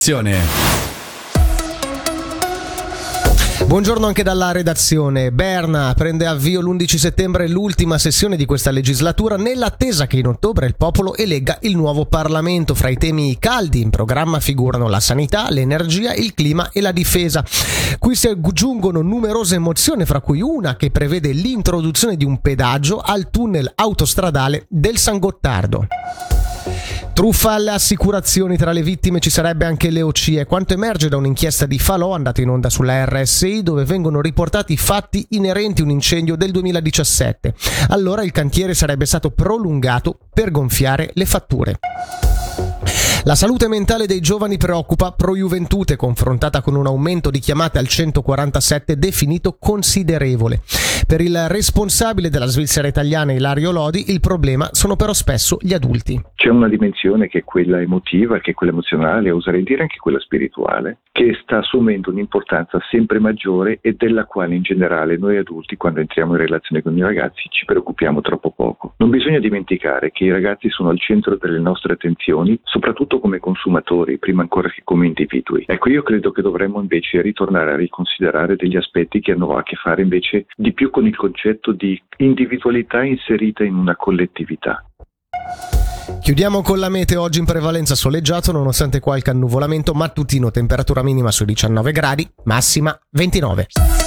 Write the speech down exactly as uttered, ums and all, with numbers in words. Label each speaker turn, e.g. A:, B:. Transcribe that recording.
A: Buongiorno anche dalla redazione. Berna prende avvio l'undici settembre l'ultima sessione di questa legislatura, nell'attesa che in ottobre il popolo elegga il nuovo Parlamento. Fra i temi caldi in programma figurano la sanità, l'energia, il clima e la difesa. Qui si aggiungono numerose mozioni, fra cui una che prevede l'introduzione di un pedaggio al tunnel autostradale del San Gottardo. Truffa alle assicurazioni, tra le vittime ci sarebbe anche l'E O C E, quanto emerge da un'inchiesta di Falò andata in onda sulla R S I, dove vengono riportati fatti inerenti a un incendio del duemiladiciassette. Allora il cantiere sarebbe stato prolungato per gonfiare le fatture. La salute mentale dei giovani preoccupa. Pro Juventute, confrontata con un aumento di chiamate al centoquarantasette definito considerevole. Per il responsabile della Svizzera italiana Ilario Lodi, il problema sono però spesso gli adulti.
B: C'è una dimensione che è quella emotiva, che è quella emozionale, oserei dire anche quella spirituale, che sta assumendo un'importanza sempre maggiore e della quale in generale noi adulti, quando entriamo in relazione con i ragazzi, ci preoccupiamo troppo poco. Non bisogna dimenticare che i ragazzi sono al centro delle nostre attenzioni, soprattutto come consumatori, prima ancora che come individui. Ecco, io credo che dovremmo invece ritornare a riconsiderare degli aspetti che hanno a che fare invece di più con il concetto di individualità inserita in una collettività.
A: Chiudiamo con la meteo. Oggi in prevalenza soleggiato nonostante qualche annuvolamento mattutino, temperatura minima sui diciannove gradi, massima ventinove.